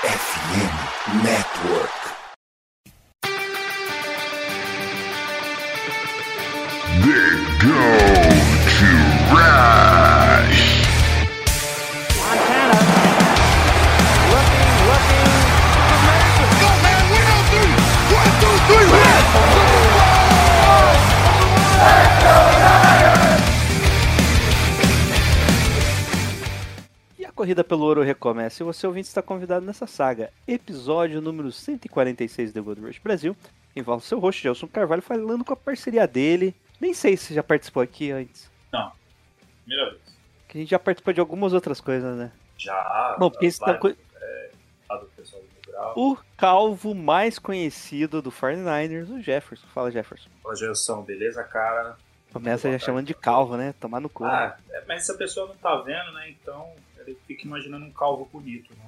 FM Network. They go to Rush. Montana, looking, go man, 1, 2, 3, E a corrida pelo ouro recomeça e você ouvinte está convidado nessa saga, episódio número 146 do Gold Rush Brasil. Envolve seu host, Gelson Carvalho, falando com a parceria dele. Nem sei se já participou aqui antes. Não, primeira vez. Que a gente já participou de algumas outras coisas, né? Já. Bom, porque isso lá do pessoal do Grau. O calvo mais conhecido do 49ers, o Jefferson. Fala, Jefferson. Fala, Gelson, beleza, cara? Começa já chamando de calvo, né? Tomar no cu. Ah, mas essa pessoa não tá vendo, né? Então ele fica imaginando um calvo bonito, não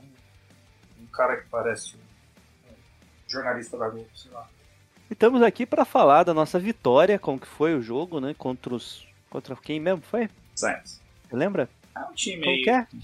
um cara que parece um jornalista da Globo, sei lá. E estamos aqui para falar da nossa vitória, como que foi o jogo, né? Contra quem mesmo foi? Sainz. Você lembra? É um time Como aí. que é?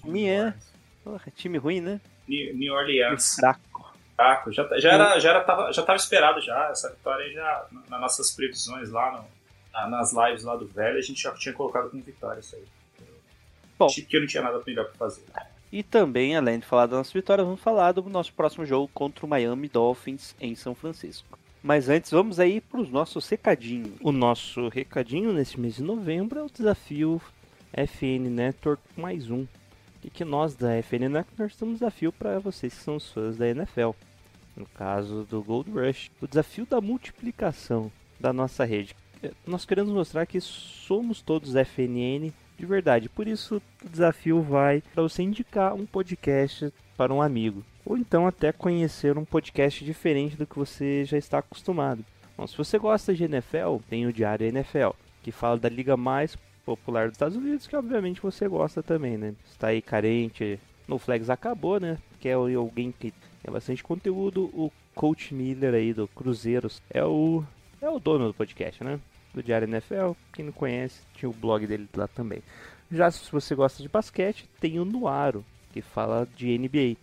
Porra, time ruim, né? New Orleans. Fraco. Fraco. Já tava esperado já. Essa vitória aí já, nas nossas previsões lá, nas lives lá do velho, a gente já tinha colocado como vitória isso aí. Bom. Porque não tinha nada melhor pra fazer. E também, além de falar da nossa vitória, vamos falar do nosso próximo jogo contra o Miami Dolphins em São Francisco. Mas antes, vamos aí para os nossos recadinhos. O nosso recadinho nesse mês de novembro é o desafio FN Network mais um. E que nós da FN Network nós temos um desafio para vocês que são os fãs da NFL. No caso do Gold Rush, o desafio da multiplicação da nossa rede. Nós queremos mostrar que somos todos FNN de verdade. Por isso o desafio vai para você indicar um podcast para um amigo. Ou então até conhecer um podcast diferente do que você já está acostumado. Bom, se você gosta de NFL, tem o Diário NFL, que fala da liga mais popular dos Estados Unidos, que obviamente você gosta também, né? Está aí carente, no Flags acabou, né? Que é alguém que tem bastante conteúdo. O Coach Miller aí do Cruzeiros é o dono do podcast, né? Do Diário NFL, quem não conhece, tinha o blog dele lá também. Já se você gosta de basquete, tem o Nuaro, que fala de NBA.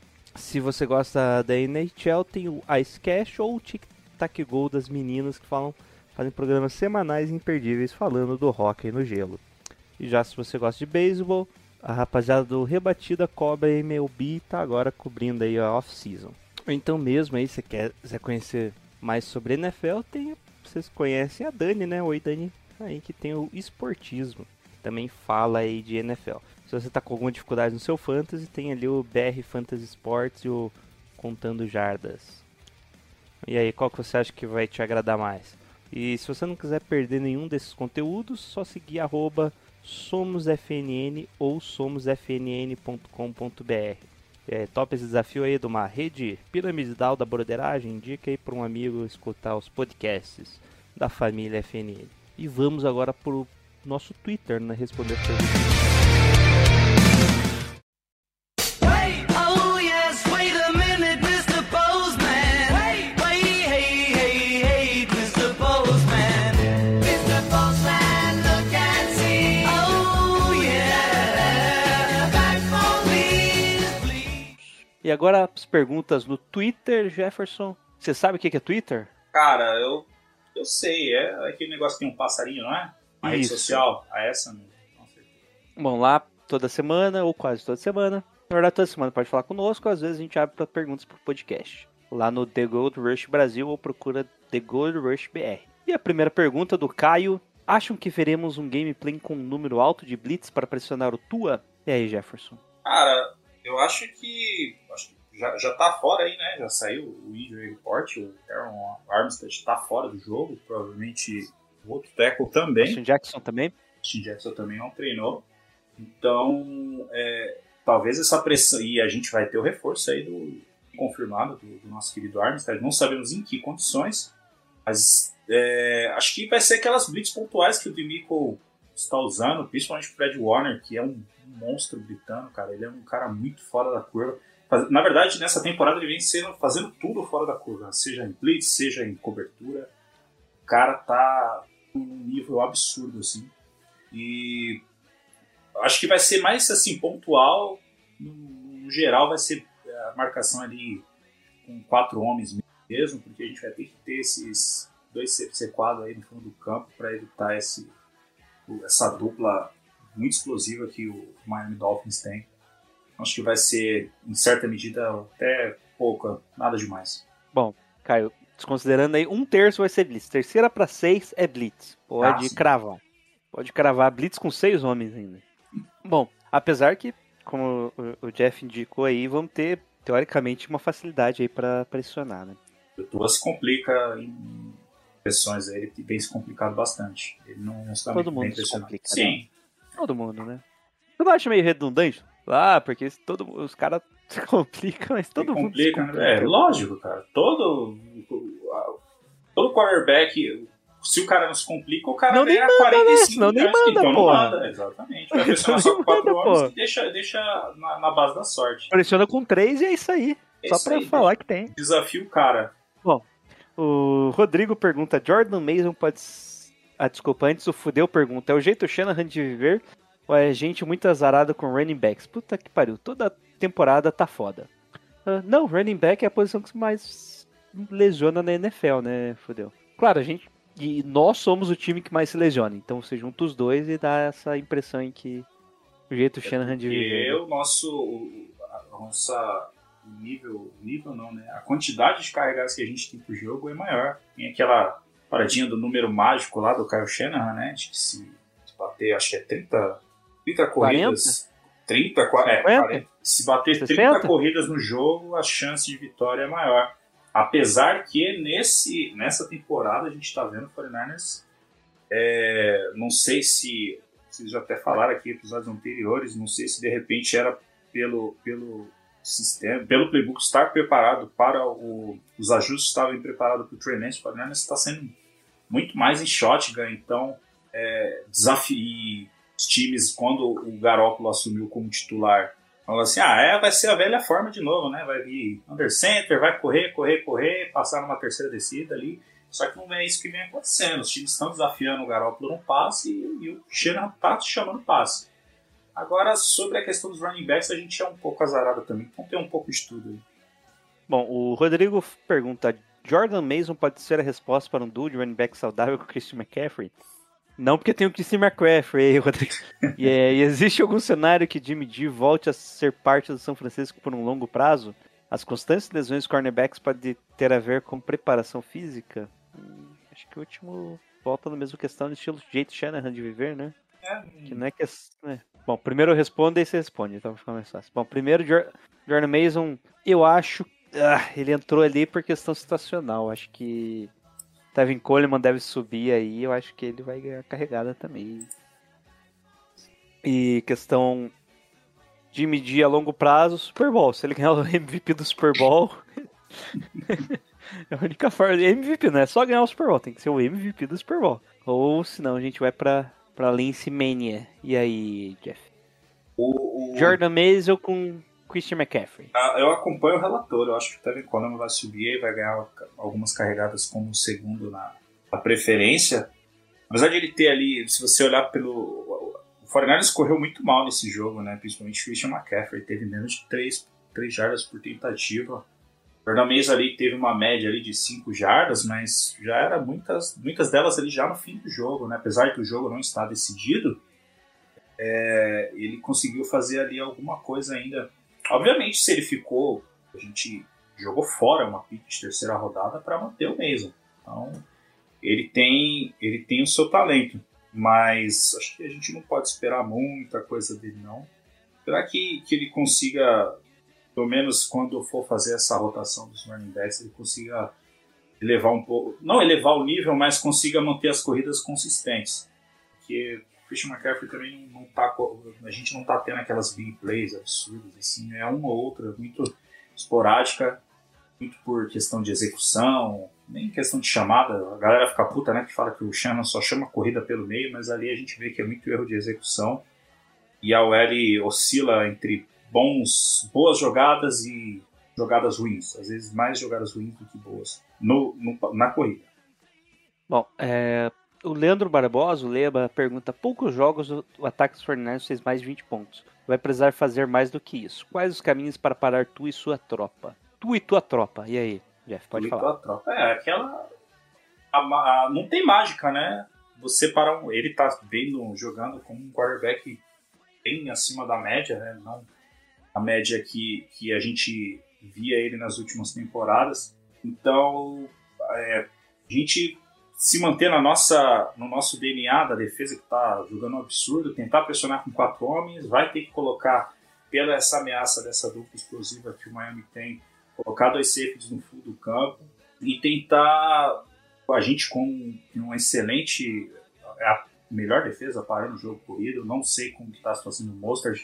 Se você gosta da NHL, tem o Ice Cash ou o Tic Tac Go das meninas que fazem programas semanais imperdíveis falando do hóquei no gelo. E já se você gosta de beisebol, a rapaziada do Rebatida Cobra MLB tá agora cobrindo aí a off-season. Ou então mesmo aí, você quer conhecer mais sobre NFL, vocês conhecem a Dani, né? Oi, Dani. Aí que tem o Esportismo. Também fala aí de NFL. Se você tá com alguma dificuldade no seu Fantasy, tem ali o BR Fantasy Sports e o Contando Jardas. E aí, qual que você acha que vai te agradar mais? E se você não quiser perder nenhum desses conteúdos, só seguir @SomosFNN ou somosfnn.com.br. Top esse desafio aí de uma rede piramidal da broderagem. Indica aí para um amigo escutar os podcasts da família FNN. E vamos agora pro nosso Twitter, né? Responder as perguntas. E agora as perguntas no Twitter, Jefferson. Você sabe o que é Twitter? Cara, eu sei. É aquele negócio que tem um passarinho, não é? A rede social. Essa mesmo. Bom, lá toda semana, ou quase toda semana. Na verdade, toda semana pode falar conosco. Às vezes a gente abre para perguntas pro podcast. Lá no The Gold Rush Brasil ou procura The Gold Rush BR. E a primeira pergunta do Caio. Acham que veremos um gameplay com um número alto de blitz para pressionar o Tua? E aí, Jefferson? Cara, eu acho que já tá fora aí, né? Já saiu o injury report, o Aaron Armstead tá fora do jogo, provavelmente o outro tackle também. Austin Jackson também? Austin Jackson também não treinou. Então, talvez essa pressão... E a gente vai ter o reforço aí confirmado do nosso querido Armstead. Não sabemos em que condições, mas acho que vai ser aquelas blitz pontuais que o DeMeco está usando, principalmente o Fred Warner, que é um monstro britano, cara. Ele é um cara muito fora da curva. Na verdade, nessa temporada ele vem fazendo tudo fora da curva, seja em blitz, seja em cobertura. O cara tá num nível absurdo, assim. E acho que vai ser mais assim, pontual. No geral, vai ser a marcação ali com 4 homens mesmo, porque a gente vai ter que ter esses 2 sequados aí no fundo do campo para evitar essa dupla muito explosiva que o Miami Dolphins tem. Acho que vai ser, em certa medida, até pouca, nada demais. Bom, Caio, desconsiderando aí, 1/3 vai ser blitz. 3ª para 6 é blitz. Pode cravar. Pode cravar blitz com 6 homens ainda. Bom, apesar que, como o Jeff indicou aí, vamos ter, teoricamente, uma facilidade aí para pressionar, né? O Tua se complica em pressões aí, ele tem se complicado bastante. Ele não está Todo muito mundo bem se pressionado. complica, Sim. Né? Todo mundo, né? Você não acha meio redundante? Ah, porque os caras se complicam, mas todo mundo se complica, complica. né? Lógico, cara. Todo quarterback, se o cara não se complica, o cara não ganha nem manda, 45 né? Não nem milhões. manda, Então não porra. manda, exatamente. Vai pressionar só com 4 homens e deixa na base da sorte. Pressiona com 3 e é isso aí. Só pra falar que tem. Desafio o cara. Bom, o Rodrigo pergunta, Jordan Mason pode... Ah, desculpa, antes o Fudeu pergunta, é o jeito Shanahan de viver ou é gente muito azarada com running backs? Puta que pariu, toda temporada tá foda. Não, running back é a posição que mais lesiona na NFL, né, Fudeu? Claro, e nós somos o time que mais se lesiona, então você junta os dois e dá essa impressão em que o jeito Shanahan de viver. O nível não, né? A quantidade de carregadas que a gente tem pro jogo é maior. Tem aquela paradinha do número mágico lá do Kyle Shanahan, né? De que se bater, acho que é 30 corridas. 40? Se bater 60? 30 corridas no jogo, a chance de vitória é maior. Apesar que nessa temporada a gente está vendo o 49ers, não sei se vocês já até falaram aqui em episódios anteriores, não sei se de repente era pelo sistema, pelo playbook estar preparado para os ajustes estavam preparados para o Trey Lance. O 49ers está sendo muito mais em shotgun, então desafio os times, quando o Garoppolo assumiu como titular, falou assim, vai ser a velha forma de novo, né? Vai vir under center, vai correr, passar numa terceira descida ali. Só que não é isso que vem acontecendo. Os times estão desafiando o Garoppolo no passe e o Shanahan está chamando passe. Agora, sobre a questão dos running backs, a gente é um pouco azarado também. Então tem um pouco de estudo aí. Bom, o Rodrigo pergunta, Jordan Mason pode ser a resposta para um duo de running back saudável com o Christian McCaffrey? Não, porque tem o Christian McCaffrey, Rodrigo. E existe algum cenário que Jimmy G volte a ser parte do São Francisco por um longo prazo? As constantes lesões dos cornerbacks podem ter a ver com preparação física? Acho que o último volta na mesma questão do estilo jeito Shanahan de viver, né? Que não é que... Bom, primeiro eu respondo e você responde, então vai ficar mais fácil. Bom, primeiro, Jordan Mason, eu acho... ele entrou ali por questão situacional. Acho que Tevin Coleman deve subir aí, eu acho que ele vai ganhar carregada também. E questão de medir a longo prazo, Super Bowl. Se ele ganhar o MVP do Super Bowl, é a única forma. MVP não é só ganhar o Super Bowl, tem que ser o MVP do Super Bowl. Ou senão a gente vai pra Lince Mania. E aí, Jeff? Jordan Mason com Christian McCaffrey. Eu acompanho o relator, eu acho que o Tevin Coleman vai subir e vai ganhar algumas carregadas como segundo na preferência. Apesar de ele ter ali, se você olhar o 49ers correu muito mal nesse jogo, né? Principalmente o Christian McCaffrey, teve menos de 3 jardas por tentativa. O Jordan Mason ali teve uma média ali de 5 jardas, mas já era muitas delas ali já no fim do jogo, né? Apesar de o jogo não estar decidido, ele conseguiu fazer ali alguma coisa ainda. Obviamente, se ele ficou, a gente jogou fora uma pick de terceira rodada para manter o Mason. Então, ele tem o seu talento, mas acho que a gente não pode esperar muita coisa dele, não. Será que ele consiga, pelo menos quando for fazer essa rotação dos running backs, ele consiga elevar um pouco, não elevar o nível, mas consiga manter as corridas consistentes? Porque Christian McCaffrey também não tá, a gente não tá tendo aquelas big plays absurdas, assim, é uma ou outra, muito esporádica, muito por questão de execução, nem questão de chamada. A galera fica puta, né, que fala que o Shannon só chama corrida pelo meio, mas ali a gente vê que é muito erro de execução e a OL oscila entre boas jogadas e jogadas ruins, às vezes mais jogadas ruins do que boas na corrida. Bom, o Leandro Barbosa, o Leba, pergunta, poucos jogos o ataque dos 49ers fez mais de 20 pontos. vai precisar fazer mais do que isso. Quais os caminhos para parar tu e sua tropa? Tu e tua tropa. E aí, Jeff, pode falar. Tua tropa. Aquela... não tem mágica, né? Você para ele tá jogando com um quarterback bem acima da média, né? Não a média que a gente via ele nas últimas temporadas. Então, a gente se manter no nosso DNA da defesa, que está jogando um absurdo, tentar pressionar com 4 homens, vai ter que colocar, pela essa ameaça dessa dupla explosiva que o Miami tem, colocar 2 safeties no fundo do campo e tentar, a gente com um excelente, a melhor defesa parando o jogo corrido. Não sei como está a situação do Mostert,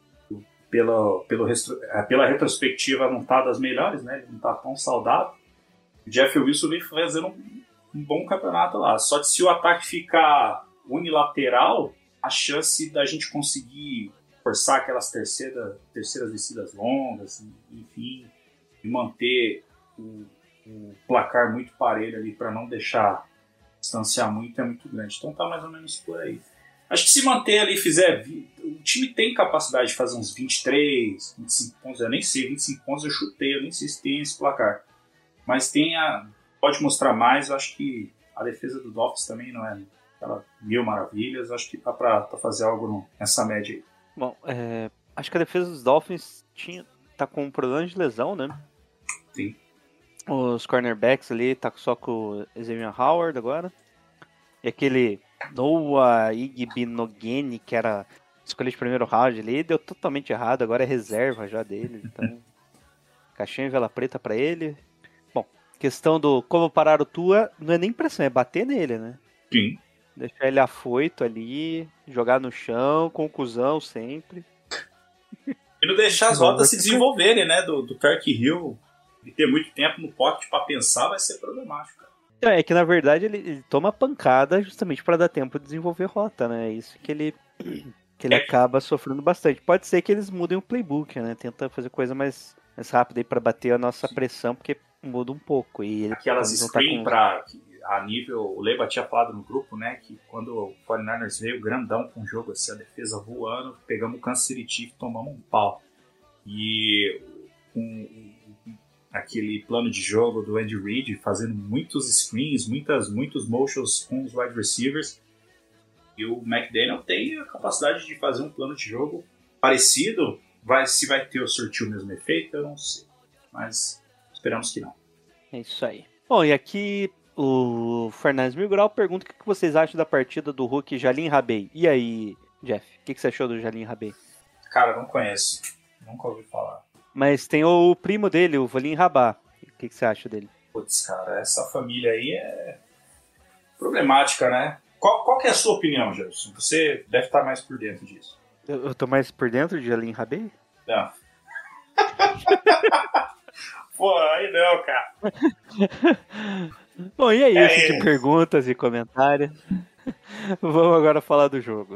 pela retrospectiva não está das melhores, né? Ele não está tão saudável. O Jeff Wilson vem fazendo um bom campeonato lá. Só que se o ataque ficar unilateral, a chance da gente conseguir forçar aquelas terceiras descidas longas, enfim, e manter o placar muito parelho ali para não deixar distanciar muito é muito grande. Então tá mais ou menos por aí. Acho que se manter ali, o time tem capacidade de fazer uns 23, 25 pontos, eu nem sei, 25 pontos eu chutei, eu nem sei se tem esse placar. Mas pode mostrar mais. Eu acho que a defesa do Dolphins também não é aquela mil maravilhas. Eu acho que dá pra fazer algo nessa média aí. Bom, acho que a defesa dos Dolphins tá com um problema de lesão, né? Sim. Os cornerbacks ali tá só com o Xavier Howard agora. E aquele Noah Igbinoghene, que era escolha de primeiro round ali, deu totalmente errado. Agora é reserva já dele. Então, caixinha em vela preta pra ele. Questão do como parar o Tua, não é nem pressão, é bater nele, né? Sim. Deixar ele afoito ali, jogar no chão, conclusão sempre. E não deixar as rotas se desenvolverem, né? Do Tark Hill, de ter muito tempo no pocket pra pensar, vai ser problemático, cara. É que na verdade ele toma pancada justamente para dar tempo de desenvolver rota, né? É isso que ele acaba sofrendo bastante. Pode ser que eles mudem o playbook, né? Tenta fazer coisa mais rápida aí pra bater a nossa pressão, porque muda um pouco. E aquelas screen a nível, o Leba tinha falado no grupo, né, que quando o 49ers veio grandão com o jogo, assim, a defesa voando, pegamos o Kansas City Chiefs, tomamos um pau. E aquele plano de jogo do Andy Reid, fazendo muitos screens, muitos motions com os wide receivers, e o McDaniel tem a capacidade de fazer um plano de jogo parecido. Se vai ter o mesmo efeito, eu não sei, mas esperamos que não. É isso aí. Bom, e aqui o Fernandes Mil Grau pergunta o que vocês acham da partida do Hulk Jalin Rabei. E aí, Jeff, o que você achou do Jalin Rabei? Cara, não conheço. Nunca ouvi falar. Mas tem o primo dele, o Valim Rabá. O que você acha dele? Putz, cara, essa família aí é problemática, né? Qual que é a sua opinião, Gerson? Você deve estar mais por dentro disso. Eu tô mais por dentro de Jalin Rabei? Não. Pô, aí não, cara. Bom, e é isso de perguntas e comentários. Vamos agora falar do jogo.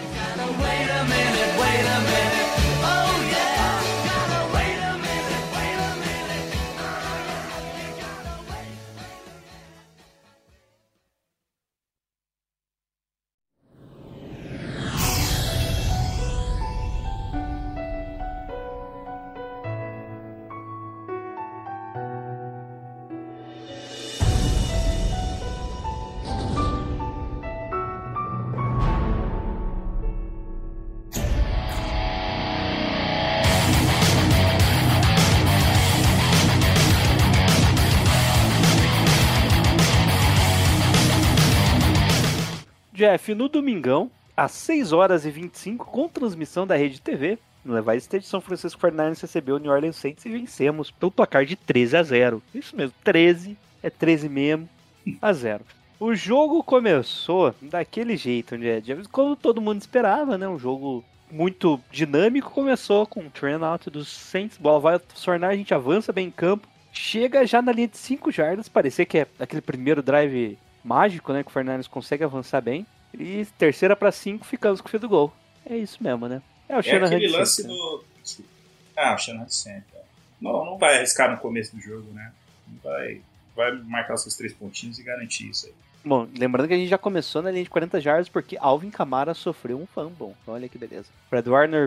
Jeff, no domingão, às 6h25, com transmissão da Rede TV, no Levi Stadium, São Francisco 49ers recebeu o New Orleans Saints e vencemos pelo placar de 13-0. Isso mesmo, 13, é 13 mesmo, a 0. O jogo começou daquele jeito, né? Como todo mundo esperava, né? Um jogo muito dinâmico, começou com o train out dos Saints, bola vai tornar, a gente avança bem em campo, chega já na linha de 5 jardas, parecia que é aquele primeiro drive mágico, né, que o 49ers consegue avançar bem, e 3ª para 5, ficamos com o field goal. É isso mesmo, né? É o Shanahan aquele lance sempre, do... o Shanahan sempre. Não vai arriscar no começo do jogo, né? Vai marcar os seus 3 pontinhos e garantir isso aí. Bom, lembrando que a gente já começou na linha de 40 jardas porque Alvin Kamara sofreu um fumble. Olha que beleza. Fred Warner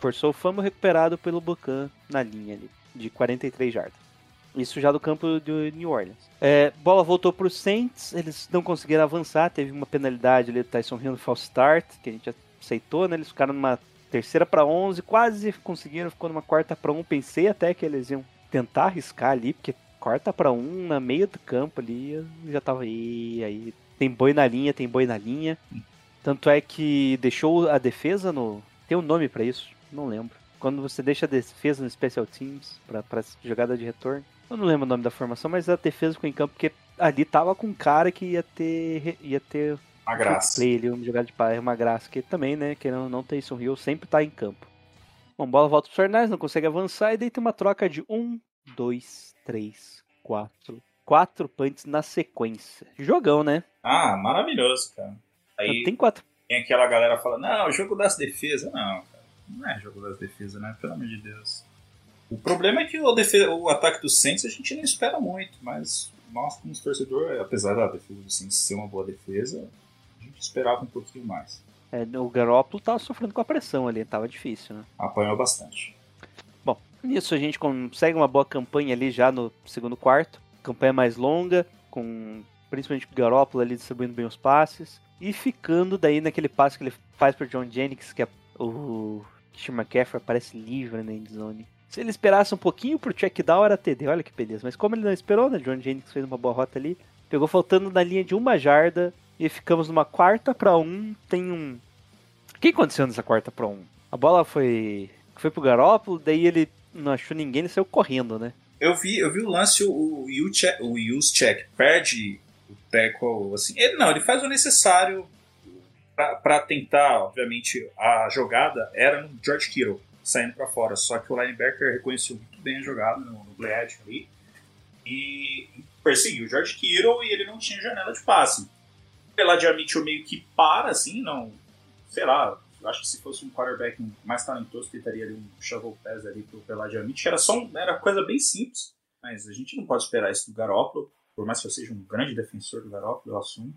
Forçou o fumble recuperado pelo Bucan na linha ali, de 43 jardas. Isso já do campo de New Orleans. Bola voltou para os Saints, eles não conseguiram avançar, teve uma penalidade ali do Tyson Hill no false start, que a gente aceitou, né? Eles ficaram numa 3ª para 11, quase conseguiram, ficou numa 4ª para 1. Pensei até que eles iam tentar arriscar ali, porque 4ª para 1 na meio do campo ali, eu já tava aí. Tem boi na linha. Tanto é que deixou a defesa no... Tem um nome para isso, não lembro. Quando você deixa a defesa no Special Teams para jogada de retorno. Eu não lembro o nome da formação, mas a defesa ficou em campo porque ali tava com um cara que ia ter Uma graça. play ali, uma jogada de pá, uma graça, que também, né, que não Taysom Hill sempre tá em campo. Bom, bola volta pros Fornais, não consegue avançar, e daí tem uma troca de 1, 2, 3, 4 punts na sequência. Jogão, né? Ah, maravilhoso, cara. Aí Tem 4. tem aquela galera que fala, não, jogo das defesas. Não, cara, não é jogo das defesas, né? Pelo amor de Deus. O problema é que o ataque do Saints a gente não espera muito, mas nós, como torcedor, apesar da defesa do Saints ser uma boa defesa, a gente esperava um pouquinho mais. O Garoppolo tava sofrendo com a pressão ali, tava difícil, né? Apanhou bastante. Bom, nisso a gente consegue uma boa campanha ali já no segundo quarto. Campanha mais longa, com principalmente o Garoppolo ali distribuindo bem os passes. E ficando daí naquele passe que ele faz pro John Jennings, que o Christian McCaffrey aparece livre na endzone. Se ele esperasse um pouquinho pro check down, era TD, olha que beleza. Mas como ele não esperou, né? John Jennings fez uma boa rota ali. Pegou faltando na linha de 1 jarda. E ficamos numa 4ª para 1. O que aconteceu nessa 4ª para 1? A bola foi pro Garoppolo, daí ele não achou ninguém, ele saiu correndo, né? Eu vi o lance, o Juszczyk perde o tackle, assim. Ele faz o necessário para tentar, obviamente, a jogada era no George Kittle saindo para fora, só que o linebacker reconheceu muito bem a jogada no blitz ali e perseguiu o George Kittle e ele não tinha janela de passe. Elijah Mitchell meio que para, assim, não, sei lá, eu acho que se fosse um quarterback mais talentoso, tentaria ali um shovel pass ali pro Elijah Mitchell, era coisa bem simples, mas a gente não pode esperar isso do Garoppolo, por mais que eu seja um grande defensor do Garoppolo, eu assumo.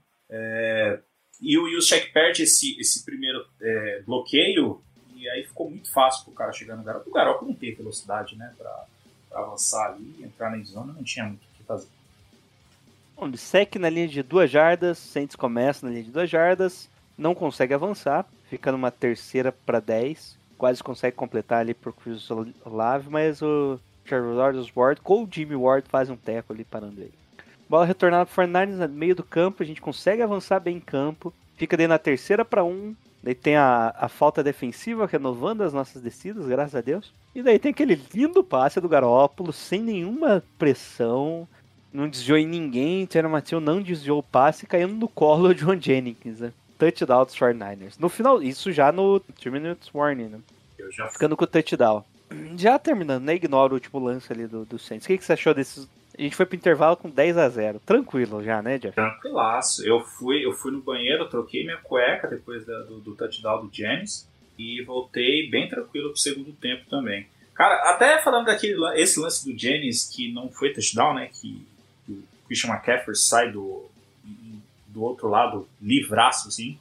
E o Juszczyk perde esse primeiro bloqueio, e aí ficou muito fácil pro cara chegar no Garoppolo. O Garoppolo não tem velocidade, né, pra avançar ali, entrar na zona, não tinha muito o que fazer. Bom, de sec na linha de 2 jardas, Saints começa na linha de 2 jardas, não consegue avançar, fica numa 3ª para 10, quase consegue completar ali pro Chris Olave, mas o Charles Ward com o Jimmy Ward faz um teco ali parando ele. Bola retornada pro 49ers no meio do campo, a gente consegue avançar bem em campo, fica daí na 3ª para 1, daí tem a falta defensiva renovando as nossas descidas, graças a Deus, e daí tem aquele lindo passe do Garoppolo, sem nenhuma pressão, não desviou em ninguém, Terry Mathieu não desviou o passe, caindo no colo de John Jennings, né? Touchdown dos 49ers. No final, isso já no 3 minutes warning, né? Ficando com o touchdown. Já terminando, né? Ignora o último lance ali do Saints. O que você achou desses? A gente foi pro intervalo com 10-0. Tranquilo já, né, Jeff? Tranquilaço. Eu fui no banheiro, troquei minha cueca depois do touchdown do Jennings e voltei bem tranquilo pro segundo tempo também. Cara, até falando esse lance do Jennings que não foi touchdown, né? Que o Christian McCaffrey sai do outro lado, livraço, assim.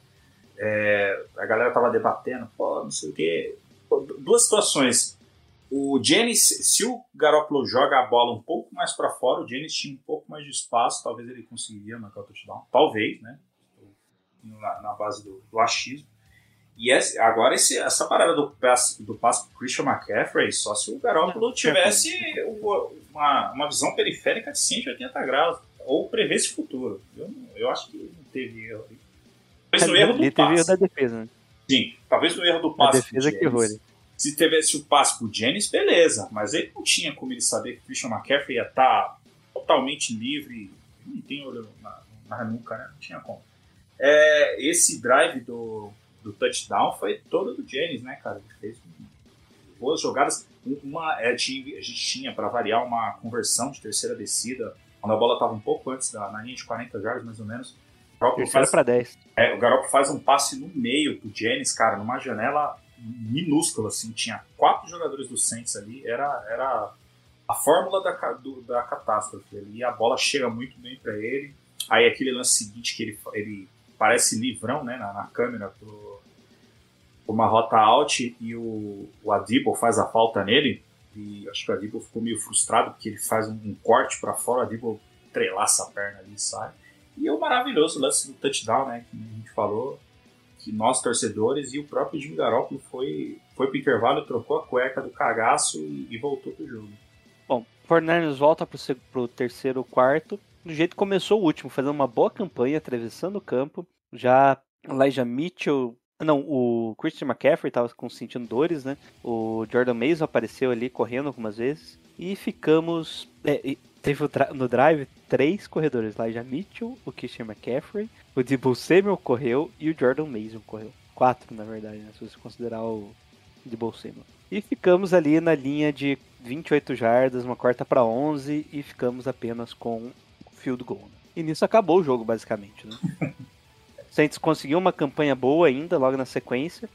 A galera tava debatendo, não sei o quê. Duas situações. O Jennings, se o Garoppolo joga a bola um pouco mais para fora, o Jennings tinha um pouco mais de espaço, talvez ele conseguiria marcar o touchdown. Talvez, né? Na base do achismo. E agora essa parada do passe pro Christian McCaffrey, só se o Garoppolo tivesse uma visão periférica de 180 graus, ou prevesse o futuro. Eu acho que não teve erro. Talvez no erro do passe. Teve erro da defesa, né? Sim, talvez no erro do passe. A defesa que errou ele. Se tivesse o passe pro Jennings, beleza, mas ele não tinha como ele saber que o Christian McCaffrey ia estar totalmente livre, não tem olho na nuca, né? Não tinha como. Esse drive do touchdown foi todo do Jennings, né, cara? Ele fez boas jogadas. A gente tinha, para variar, uma conversão de terceira descida, quando a bola estava um pouco antes na linha de 40 jardas, mais ou menos. Terceira para 10. O Garoppolo faz um passe no meio pro Jennings, cara, numa janela minúscula, assim. Tinha 4 jogadores do Saints ali. Era a fórmula da catástrofe ali. E a bola chega muito bem para ele. Aí aquele lance seguinte que ele parece livrão, né, na câmera uma rota out e o Adebo faz a falta nele. E acho que o Adebo ficou meio frustrado porque ele faz um corte para fora, o Adebo entrelaça a perna ali e sai. E o maravilhoso lance do touchdown, né? Que a gente falou, que nós torcedores e o próprio Jimmy Garoppolo foi pro intervalo, trocou a cueca do cagaço e voltou pro jogo. Bom, o 49ers volta pro terceiro quarto. Do jeito que começou o último, fazendo uma boa campanha, atravessando o campo. Já Elijah Mitchell... Não, o Christian McCaffrey estava sentindo dores, né? O Jordan Mason apareceu ali correndo algumas vezes. E ficamos... teve no drive 3 corredores. Elijah Mitchell, o Christian McCaffrey, o Deebo Samuel correu e o Jordan Mason correu. 4, na verdade, né? Se você considerar o Deebo Samuel. E ficamos ali na linha de 28 jardas, uma quarta para 11 e ficamos apenas com field goal. Né? E nisso acabou o jogo, basicamente. Né? Saints conseguiu uma campanha boa ainda, logo na sequência.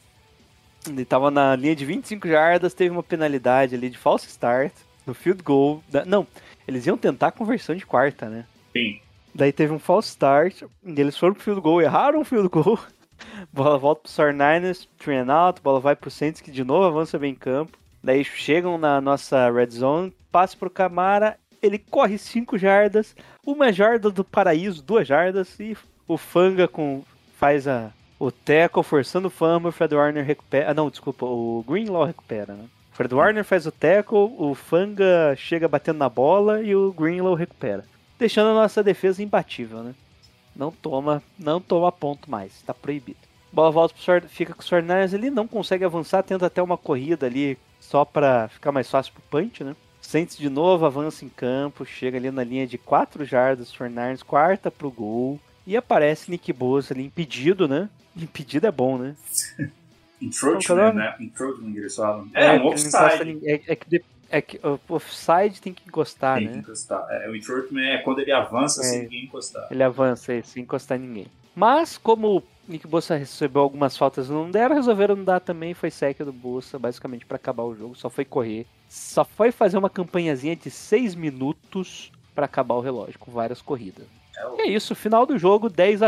Ele estava na linha de 25 jardas, teve uma penalidade ali de false start no field goal. Não, eles iam tentar a conversão de quarta, né? Sim. Daí teve um false start, e eles foram pro field goal, erraram o field goal. Bola volta pro 49ers, three and out, bola vai pro Saints, que de novo avança bem em campo. Daí chegam na nossa red zone, passa pro Camara, ele corre 5 jardas, 1 jarda do paraíso, 2 jardas, e o Fanga faz o tackle, forçando o fumble, o Fred Warner recupera... Ah, não, desculpa, o Greenlaw recupera, né? O Fred Warner faz o tackle, o Fanga chega batendo na bola e o Greenlaw recupera. Deixando a nossa defesa imbatível, né? Não toma ponto mais, tá proibido. Bola volta fica com o 49ers, ele não consegue avançar, tenta até uma corrida ali, só pra ficar mais fácil pro punch, né? Saints de novo, avança em campo, chega ali na linha de 4 jardas, 49ers, quarta pro gol, e aparece Nick Bosa ali impedido, né? Impedido é bom, né? Encroachment, né? Encroachment, eles falam. Um offside. É que o offside tem que encostar, tem né? Tem que encostar. O encroachment é quando ele avança sem ninguém encostar. Ele avança sem encostar ninguém. Mas, como o Nick Bosa recebeu algumas faltas e não deram, resolveram não dar também. Foi sec do Bosa, basicamente, pra acabar o jogo. Só foi correr. Só foi fazer uma campanhazinha de 6 minutos pra acabar o relógio, com várias corridas. E é isso, final do jogo,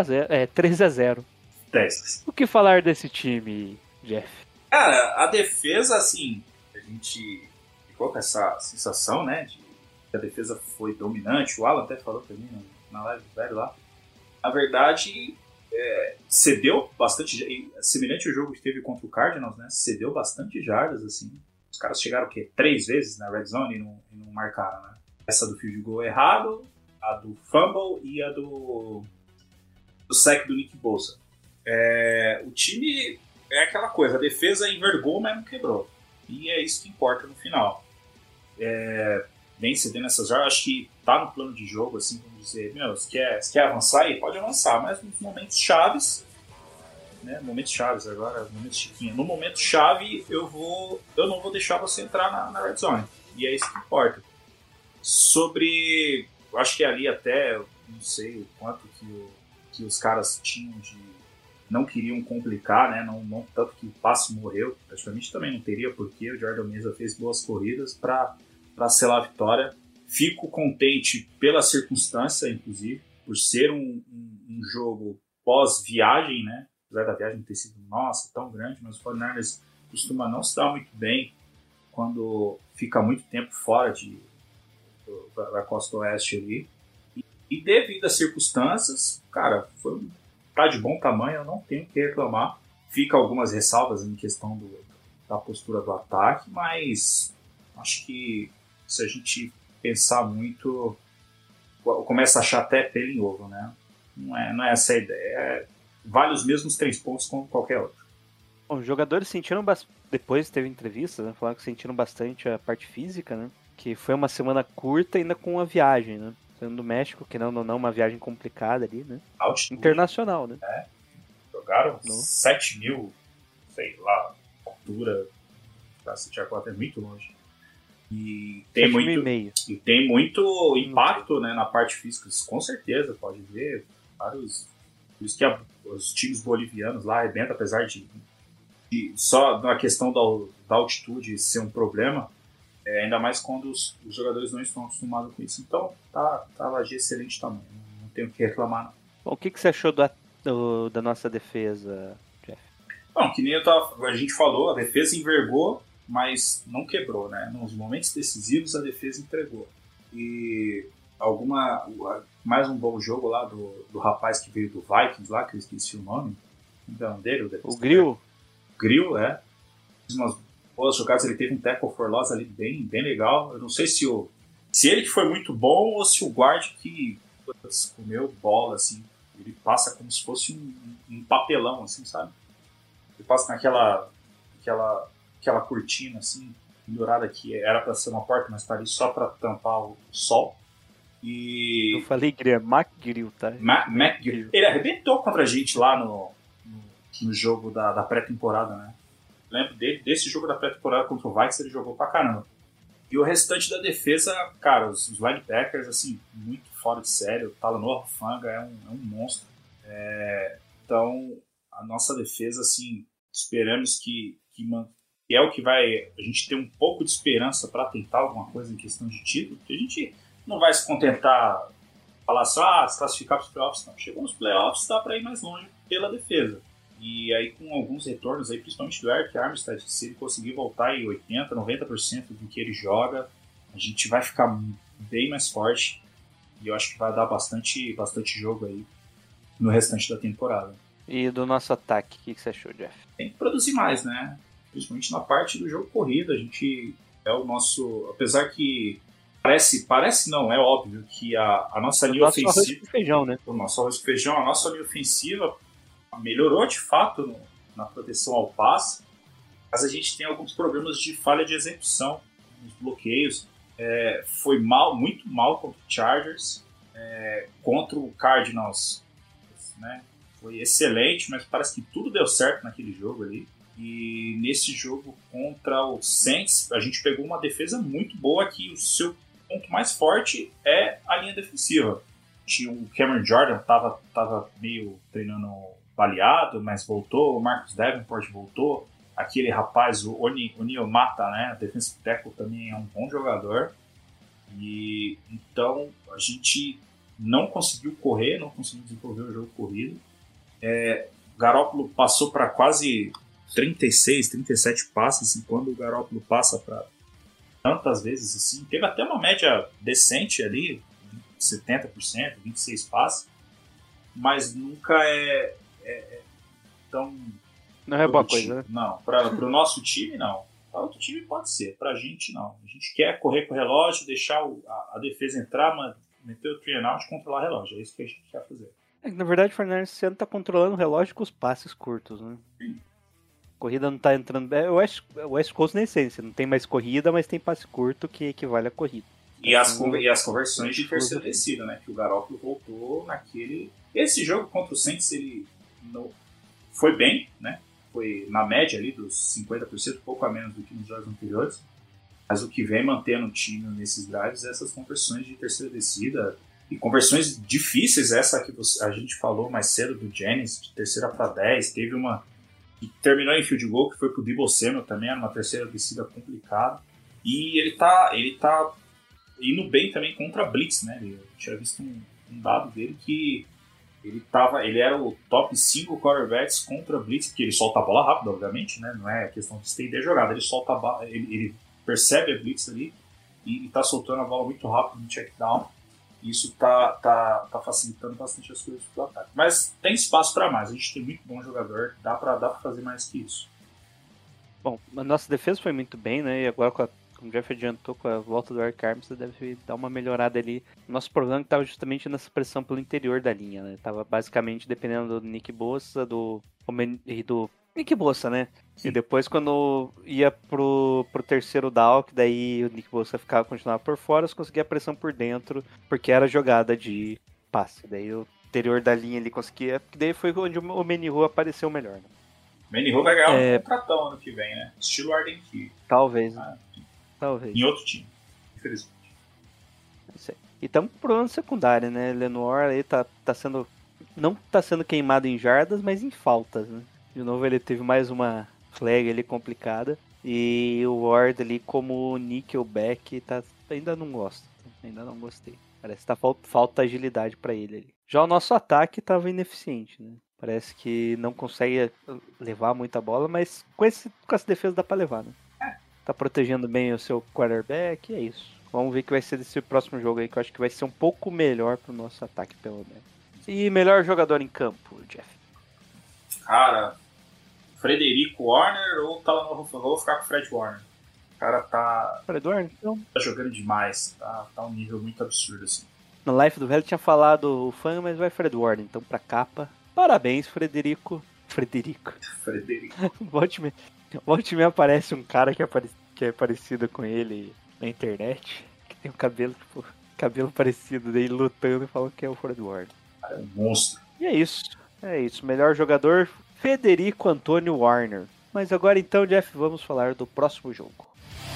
13-0. 10. O que falar desse time, Jeff? Cara, a defesa, assim, a gente ficou com essa sensação, né, de que a defesa foi dominante. O Alan até falou pra mim na live do velho lá. Na verdade, cedeu bastante, semelhante ao jogo que teve contra o Cardinals, né, cedeu bastante jardas, assim. Os caras chegaram, 3 vezes na red zone e não marcaram, né. Essa do field goal errado, a do fumble e a do sack do Nick Bosa. O time é aquela coisa, a defesa envergou, mas não quebrou. E é isso que importa no final. Vem cedendo essas jardas, acho que tá no plano de jogo, assim, vamos dizer, se quer avançar aí, pode avançar, mas nos momentos chaves, né, momentos chaves agora, momentos chiquinha, no momento chave eu não vou deixar você entrar na red zone, e é isso que importa. Sobre, eu acho que ali até, não sei o quanto que os caras tinham não queriam complicar, né? Não tanto que o passe morreu, praticamente também não teria, porque o Jordan Mesa fez boas corridas para selar a vitória. Fico contente pela circunstância, inclusive, por ser um jogo pós-viagem, né? Apesar da viagem ter sido, tão grande, mas o 49ers costuma não se dar muito bem quando fica muito tempo fora da costa oeste ali. E devido às circunstâncias, cara, tá de bom tamanho, eu não tenho o que reclamar. Fica algumas ressalvas em questão da postura do ataque, mas acho que se a gente pensar muito, começa a achar até pelo em ovo, né? Não é essa a ideia. Vale os mesmos 3 pontos como qualquer outro. Bom, os jogadores sentiram depois teve entrevista, né? Falaram que sentiram bastante a parte física, né? Que foi uma semana curta ainda com a viagem, né? Saindo do México, que não, uma viagem complicada ali, né? Altitude. Internacional, né? Jogaram 7 mil, sei lá, altura pra Santiago é muito longe. E tem muito impacto, né, na parte física, com certeza, pode ver vários. Por isso que os times bolivianos lá arrebentam, apesar de só na questão da altitude ser um problema. Ainda mais quando os jogadores não estão acostumados com isso. Então, tava de excelente tamanho. Não tenho o que reclamar, não. Bom, o que você achou da nossa defesa, Jeff? Não, que nem a gente falou, a defesa envergou, mas não quebrou, né? Nos momentos decisivos a defesa entregou. E mais um bom jogo lá do rapaz que veio do Vikings lá, que eu esqueci o nome. Então, dele, O Grill. Grill, Fiz umas boas jogadas, ele teve um tackle for loss ali bem legal. Eu não sei se ele que foi muito bom ou se o guard que comeu bola, assim. Ele passa como se fosse um papelão, assim, sabe? Ele passa naquela cortina, assim, pendurada que era para ser uma porta, mas tá ali só para tampar o sol. E Eu falei Grill, McGrill, tá? McGrill. Ele arrebentou contra a gente lá no jogo da pré-temporada, né? Lembro desse jogo da pré-temporada contra o Vikings, ele jogou pra caramba. E o restante da defesa, cara, os linebackers, assim, muito fora de sério. O Talanoa Hufanga é um monstro. Então, a nossa defesa, assim, esperamos que é o que vai a gente ter um pouco de esperança para tentar alguma coisa em questão de título, porque a gente não vai se contentar falar só, se classificar para os playoffs, não. Chegou nos playoffs, dá para ir mais longe pela defesa. E aí, com alguns retornos, aí, principalmente do Eric Armstead, se ele conseguir voltar em 80%, 90% do que ele joga, a gente vai ficar bem mais forte. E eu acho que vai dar bastante jogo aí no restante da temporada. E do nosso ataque, o que você achou, Jeff? Tem que produzir mais, né? Principalmente na parte do jogo corrido. A gente é o nosso... Apesar que parece não, é óbvio que a nossa linha ofensiva... O nosso arroz com feijão, né? O nosso arroz com feijão, a nossa linha ofensiva melhorou de fato na proteção ao passe, mas a gente tem alguns problemas de falha de execução nos bloqueios. Foi muito mal contra o Chargers, contra o Cardinals, né? Foi excelente, mas parece que tudo deu certo naquele jogo ali. E nesse jogo contra o Saints, a gente pegou uma defesa muito boa, que o seu ponto mais forte é a linha defensiva. O Cameron Jordan estava meio treinando baleado, mas voltou. O Marcus Davenport voltou. Aquele rapaz, o Oniomata, né, defensive tackle, também é um bom jogador. E então a gente não conseguiu correr, não conseguiu desenvolver o jogo corrido. Garoppolo passou para quase 36, 37 passes, e quando o Garoppolo passa para tantas vezes assim, teve até uma média decente ali, 70%, 26 passes, mas nunca tão... Não é boa coisa, né? Não, para o nosso time, não. Para outro time pode ser, para a gente, não. A gente quer correr com o relógio, deixar a defesa entrar, meter o 3-and-out e controlar o relógio. É isso que a gente quer fazer. Na verdade, o Fernandes esse ano tá controlando o relógio com os passes curtos, né? Sim. A corrida não tá entrando... O West Coast na essência, não tem mais corrida, mas tem passe curto que equivale à corrida. E as conversões de terceira descida, né? Que o Garoppolo voltou naquele... Esse jogo contra o Saints, ele foi bem, né? Foi na média ali dos 50%, pouco a menos do que nos jogos anteriores. Mas o que vem mantendo o time nesses drives é essas conversões de terceira descida. E conversões difíceis, essa que a gente falou mais cedo do Jennings, de terceira para 10. Teve uma que terminou em field goal, que foi pro Deebo Samuel também, era uma terceira descida complicada. E ele tá indo bem também contra a Blitz, né? Eu tinha visto um dado dele que ele era o top 5 quarterbacks contra a Blitz, porque ele solta a bola rápido, obviamente, né? Não é questão de estender a jogada, ele solta a bola, ele percebe a Blitz ali e tá soltando a bola muito rápido no check down. Isso tá facilitando bastante as coisas pro ataque. Mas tem espaço para mais, a gente tem muito bom jogador, dá pra fazer mais que isso. Bom, a nossa defesa foi muito bem, né? E agora, como o Jeff adiantou, com a volta do Eric Armstead, deve dar uma melhorada ali. Nosso problema estava justamente nessa pressão pelo interior da linha, né? Tava basicamente dependendo do Nick Bosa, do Nick Bosa, né? E depois quando ia pro terceiro down, que daí o Nick Bosa continuava por fora, você conseguia a pressão por dentro, porque era jogada de passe. Daí o interior da linha ele conseguia, que daí foi onde o Menihu apareceu melhor, né? Menihu vai ganhar um contratão ano que vem, né? Estilo Arden Key. Talvez, né? Talvez. Em outro time, infelizmente. E estamos com problema secundário, né? Lenoir aí não tá sendo queimado em jardas, mas em faltas, né? De novo ele teve mais uma flag ali complicada. E o Ward ali como nickelback ainda não gosto. Ainda não gostei. Parece que falta agilidade para ele ali. Já o nosso ataque estava ineficiente, né? Parece que não consegue levar muita bola, mas com essa defesa dá pra levar, né? Tá protegendo bem o seu quarterback, é isso. Vamos ver o que vai ser desse próximo jogo aí, que eu acho que vai ser um pouco melhor pro nosso ataque, pelo menos. E melhor jogador em campo, Jeff? Cara, Frederico Warner ou Talanoa? Vou ficar com o Fred Warner. O cara tá Fred Warner, então. Tá jogando demais, tá um nível muito absurdo, assim. No Life do Velho tinha falado o fã, mas vai Fred Warner, então pra capa. Parabéns, Frederico. Frederico. Volte e me aparece um cara que é parecido com ele na internet, que tem um cabelo parecido dele lutando e falam que é o Fred Warner. Cara, é um monstro. E é isso. Melhor jogador, Federico Antônio Warner. Mas agora então, Jeff, vamos falar do próximo jogo.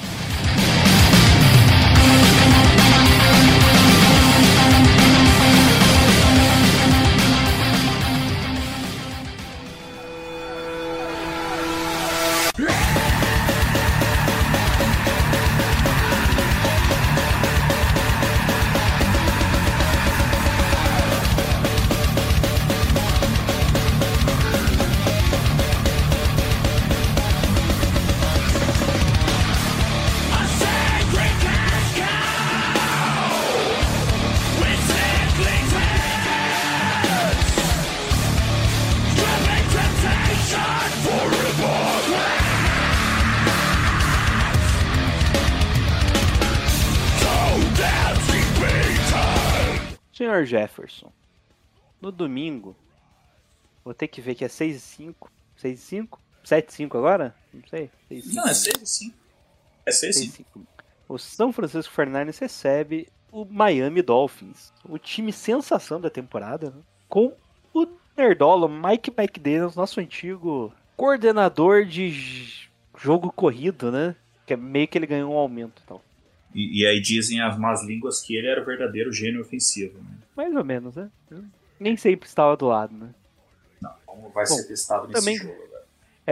Senhor Jefferson, no domingo, vou ter que ver que é 6-5, 6-5? 7-5 agora? Não sei. 6-5. Não, é 6-5. É 6-5. O São Francisco 49ers recebe o Miami Dolphins, o time sensação da temporada, né? Com o nerdola Mike McDaniels, nosso antigo coordenador de jogo corrido, né? Que é meio que ele ganhou um aumento e tal. E aí dizem as más línguas que ele era o verdadeiro gênio ofensivo, né? Mais ou menos, né? Nem sempre estava do lado, né? Não, como vai ser testado nesse também, jogo agora.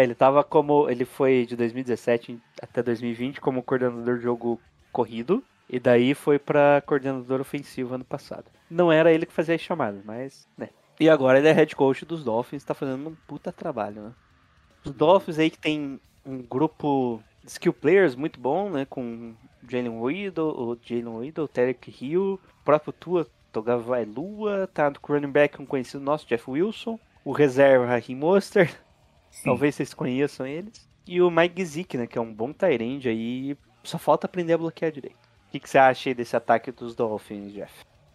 Ele foi de 2017 até 2020 como coordenador de jogo corrido, e daí foi pra coordenador ofensivo ano passado. Não era ele que fazia as chamadas, mas, né. E agora ele é head coach dos Dolphins, tá fazendo um puta trabalho, né? Os Dolphins aí que tem um grupo de skill players muito bom, né? Com Jalen Waddle, Tarek Hill, o próprio Tua Tagovailoa, tá com o running back um conhecido nosso, Jeff Wilson, o reserva Raheem Mostert, talvez vocês conheçam eles, e o Mike Gesicki, né? Que é um bom tight end aí, só falta aprender a bloquear direito. O que você acha aí desse ataque dos Dolphins, Jeff?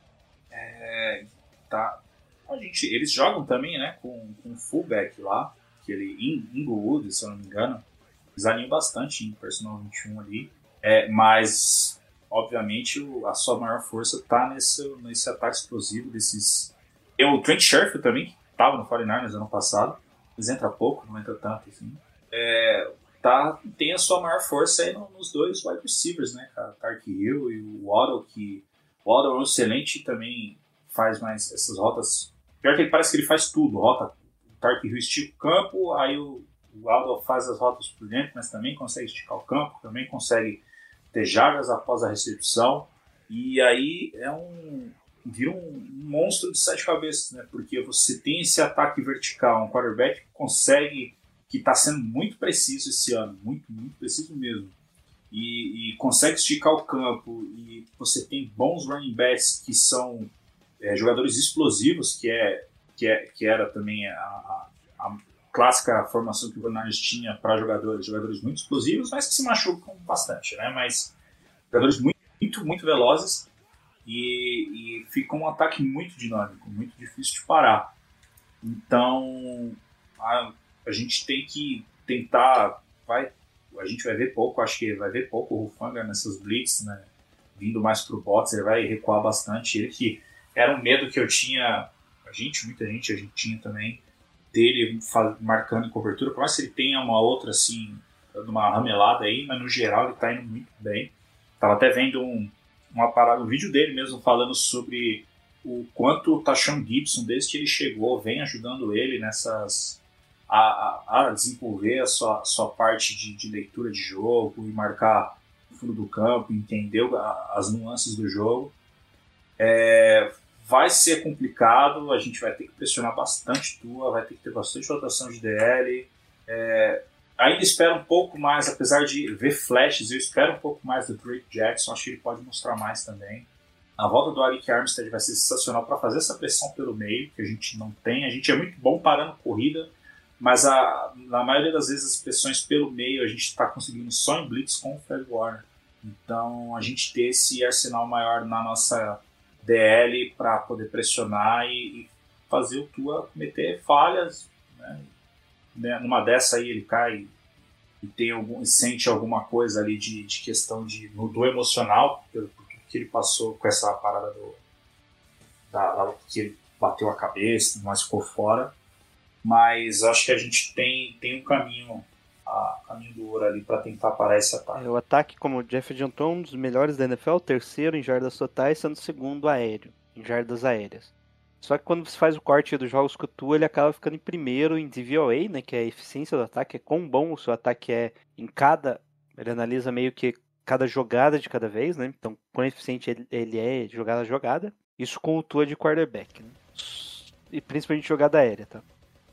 Eles jogam também, né, com um fullback lá, aquele Inglewood, se eu não me engano. Eles alinham bastante em Personal 21 ali. Mas, obviamente, a sua maior força está nesse ataque explosivo desses... Tem o Trent Sherfield também, que estava no 49ers ano passado. Eles entram pouco, não entra tanto, enfim. Tem a sua maior força aí nos dois wide receivers, né, cara? Tark Hill e o Waddle, que o Waddle é um excelente e também faz mais essas rotas. Pior que ele parece que ele faz tudo, rota. O Tark Hill estica o campo, aí o Waddle faz as rotas por dentro, mas também consegue esticar o campo, também consegue ter jardas após a recepção. E aí vira um monstro de 7 cabeças, né? Porque você tem esse ataque vertical, um quarterback que está sendo muito preciso esse ano, muito, muito preciso mesmo. E consegue esticar o campo, e você tem bons running backs que são jogadores explosivos, que era também a clássica formação que o Bernardes tinha para jogadores muito explosivos, mas que se machucam bastante, né? Mas jogadores muito, muito, muito velozes, e fica um ataque muito dinâmico, muito difícil de parar. Então a gente tem que tentar, a gente vai ver pouco, acho que vai ver pouco o Hufanga nessas blitz, né? Vindo mais pro box, ele vai recuar bastante. Ele que era um medo que eu tinha, muita gente tinha também, dele marcando em cobertura, por mais que ele tenha uma outra assim, uma ramelada aí, mas no geral ele tá indo muito bem. Tava até vendo um vídeo dele mesmo falando sobre o quanto o Tashaun Gibson, desde que ele chegou, vem ajudando ele a desenvolver a sua parte de leitura de jogo e marcar o fundo do campo, entender as nuances do jogo. vai ser complicado, a gente vai ter que pressionar bastante Tua, vai ter que ter bastante rotação de DL. Ainda espero um pouco mais, apesar de ver flashes, eu espero um pouco mais do Drake Jackson, acho que ele pode mostrar mais também. A volta do Arik Armstead vai ser sensacional para fazer essa pressão pelo meio, que a gente não tem. A gente é muito bom parando corrida, mas na maioria das vezes as pressões pelo meio a gente está conseguindo só em blitz com o Fred Warner. Então a gente ter esse arsenal maior na nossa DL para poder pressionar e fazer o Tua cometer falhas, né? Numa dessa aí ele cai e sente alguma coisa ali de questão do emocional, por tudo que ele passou com essa parada que ele bateu a cabeça, mas ficou fora. Mas acho que a gente tem um caminho do ouro ali para tentar parar esse ataque. O ataque, como o Jeff adiantou, um dos melhores da NFL, terceiro em jardas totais, sendo segundo aéreo, em jardas aéreas. Só que quando você faz o corte dos jogos com o Tua, ele acaba ficando em primeiro em DVOA, né, que é a eficiência do ataque, é quão bom o seu ataque é em ele analisa meio que cada jogada de cada vez, né, então quão eficiente ele é jogada a jogada, isso com o Tua de quarterback, né, e principalmente jogada aérea, tá.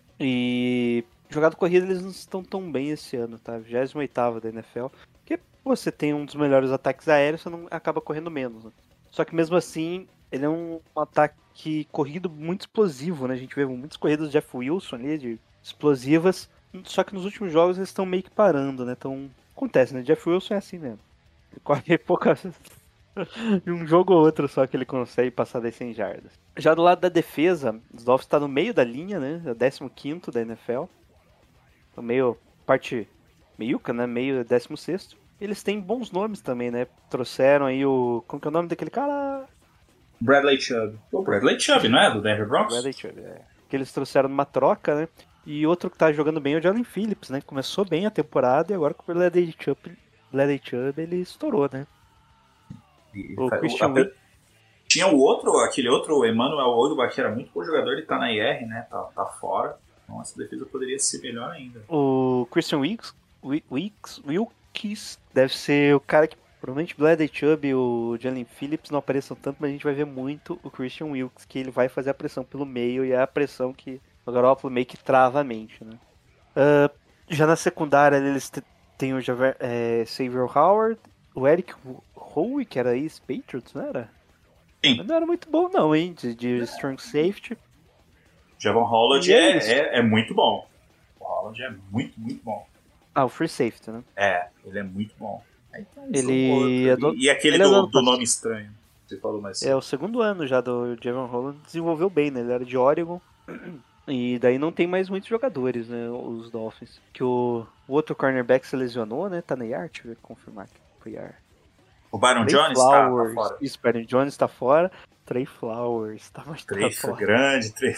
E jogada corrida eles não estão tão bem esse ano, tá, 28º da NFL, porque você tem um dos melhores ataques aéreos, você não acaba correndo menos, né? Só que mesmo assim, ele é um ataque corrido muito explosivo, né? A gente vê muitas corridas do Jeff Wilson ali, de explosivas. Só que nos últimos jogos eles estão meio que parando, né? Então, acontece, né? Jeff Wilson é assim mesmo. Ele corre poucas... de um jogo ou outro só que ele consegue passar das 100 jardas. Já do lado da defesa, os Dolphins está no meio da linha, né? É o 15º da NFL. Então, parte meiuca, né? Meio 16º. Eles têm bons nomes também, né? Trouxeram aí como que é o nome daquele cara? Bradley Chubb. O Bradley Chubb, não é? Do Denver Broncos? Bradley Chubb, que eles trouxeram numa troca, né? E outro que tá jogando bem é o Jalen Phillips, né? Começou bem a temporada e agora com o Bradley Chubb ele estourou, né? O Christian tinha aquele outro, Emmanuel Ogbah, que era muito bom jogador, ele tá na IR, né? Tá fora. Então essa defesa poderia ser melhor ainda. O Christian Wilkes deve ser o cara que provavelmente o Bradley Chubb e o Jalen Phillips não apareçam tanto, mas a gente vai ver muito o Christian Wilkes, que ele vai fazer a pressão pelo meio e é a pressão que o Garoppolo meio que trava a mente, né? Já na secundária eles têm o Xavier Howard, o Eric Howe, que era ex-Patriots, não era? Sim. Mas não era muito bom não, hein? De strong safety. Javon Holland é muito bom. O Holland é muito, muito bom. Ah, o free safety, né? Ele é muito bom. Ele e aquele do nome estranho. Você falou mais cedo. É o segundo ano já do Javon Holland, desenvolveu bem, né? Ele era de Oregon. E daí não tem mais muitos jogadores, né? Os Dolphins. Que o outro cornerback se lesionou, né? Tá na IR, deixa eu confirmar aqui. Foi IR. O Byron Jones tá fora. Isso, o Byron Jones tá fora. Trey Flowers tá fora. Grande, Trey.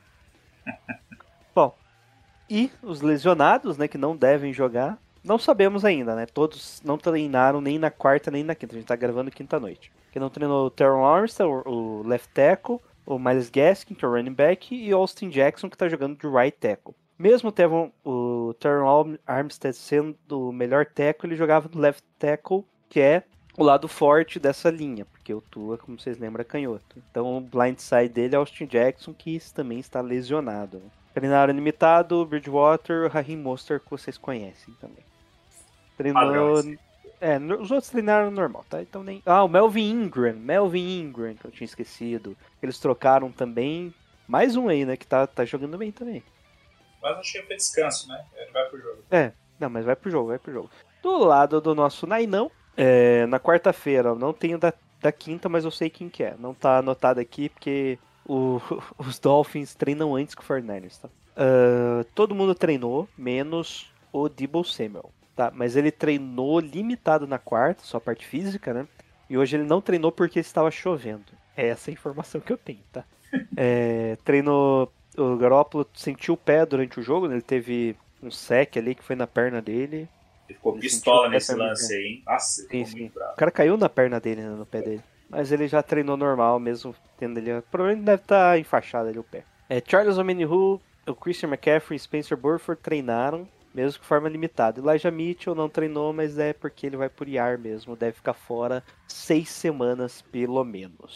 Bom, e os lesionados, né? Que não devem jogar. Não sabemos ainda, né? Todos não treinaram nem na quarta nem na quinta. A gente tá gravando quinta-noite. Que não treinou o Teron Armstead, o left tackle, o Myles Gaskin, que é o running back, e o Austin Jackson, que tá jogando de right tackle. Mesmo o Teron Armstead sendo o melhor tackle, ele jogava no left tackle, que é o lado forte dessa linha, porque o Tua, como vocês lembram, é canhoto. Então o blind side dele é Austin Jackson, que também está lesionado, né? Treinaram limitado, Bridgewater, Raheem Mostert, que vocês conhecem também. Treinou... os outros treinaram normal, tá? Então nem... o Melvin Ingram, que eu tinha esquecido. Eles trocaram também. Mais um aí, né? Que tá jogando bem também. Mas acho que foi descanso, né? Ele vai pro jogo. Não, mas vai pro jogo. Do lado do nosso Nainão, na quarta-feira, não tenho da quinta, mas eu sei quem que é. Não tá anotado aqui, porque os Dolphins treinam antes que o 49ers, tá? Todo mundo treinou, menos o Deebo Samuel. Tá, mas ele treinou limitado na quarta, só a parte física, né? E hoje ele não treinou porque estava chovendo. É essa a informação que eu tenho, tá? Treinou... O Garoppolo sentiu o pé durante o jogo, né? Ele teve um sec ali que foi na perna dele. Ele ficou pistola nesse lance aí, hein? Nossa, ele ficou muito bravo. O cara caiu na perna dele, né, no pé dele. Mas ele já treinou normal, mesmo tendo ele... Provavelmente deve estar enfaixado ali o pé. Charles Omenihu, o Christian McCaffrey e Spencer Burford treinaram, mesmo de forma limitada. Elijah Mitchell não treinou, mas é porque ele vai por IR mesmo. Deve ficar fora 6 semanas, pelo menos.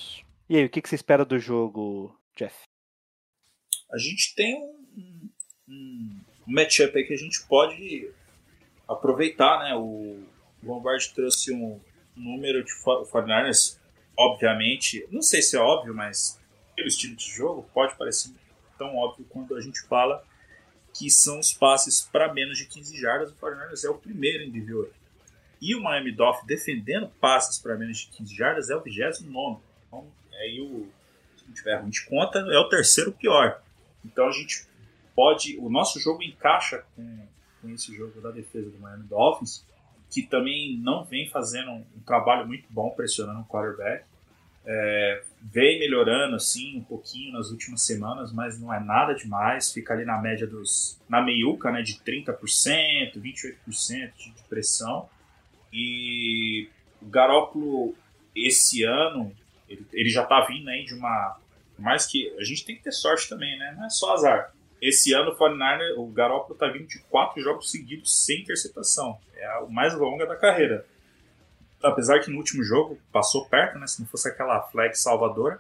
E aí, o que você espera do jogo, Jeff? A gente tem um matchup aí que a gente pode aproveitar, né? O Lombardi trouxe um número de 49ers, obviamente, não sei se é óbvio, mas pelo estilo de jogo, pode parecer tão óbvio quando a gente fala que são os passes para menos de 15 jardas. O 49ers é o primeiro em DVOA. E o Miami Dolphins defendendo passes para menos de 15 jardas é o 29º. Então, aí se não tiver ruim de conta, é o terceiro pior. Então a gente pode... O nosso jogo encaixa com esse jogo da defesa do Miami Dolphins, que também não vem fazendo um trabalho muito bom pressionando o quarterback. Vem melhorando assim um pouquinho nas últimas semanas, mas não é nada demais. Fica ali na média na meiuca, né, de 30%, 28% de pressão. E o Garoppolo esse ano ele já tá vindo aí de uma... Mais que a gente tem que ter sorte também, né? Não é só azar. Esse ano o Garoppolo tá vindo de 4 jogos seguidos sem interceptação. É a mais longa da carreira. Apesar que no último jogo passou perto, né? Se não fosse aquela flag salvadora.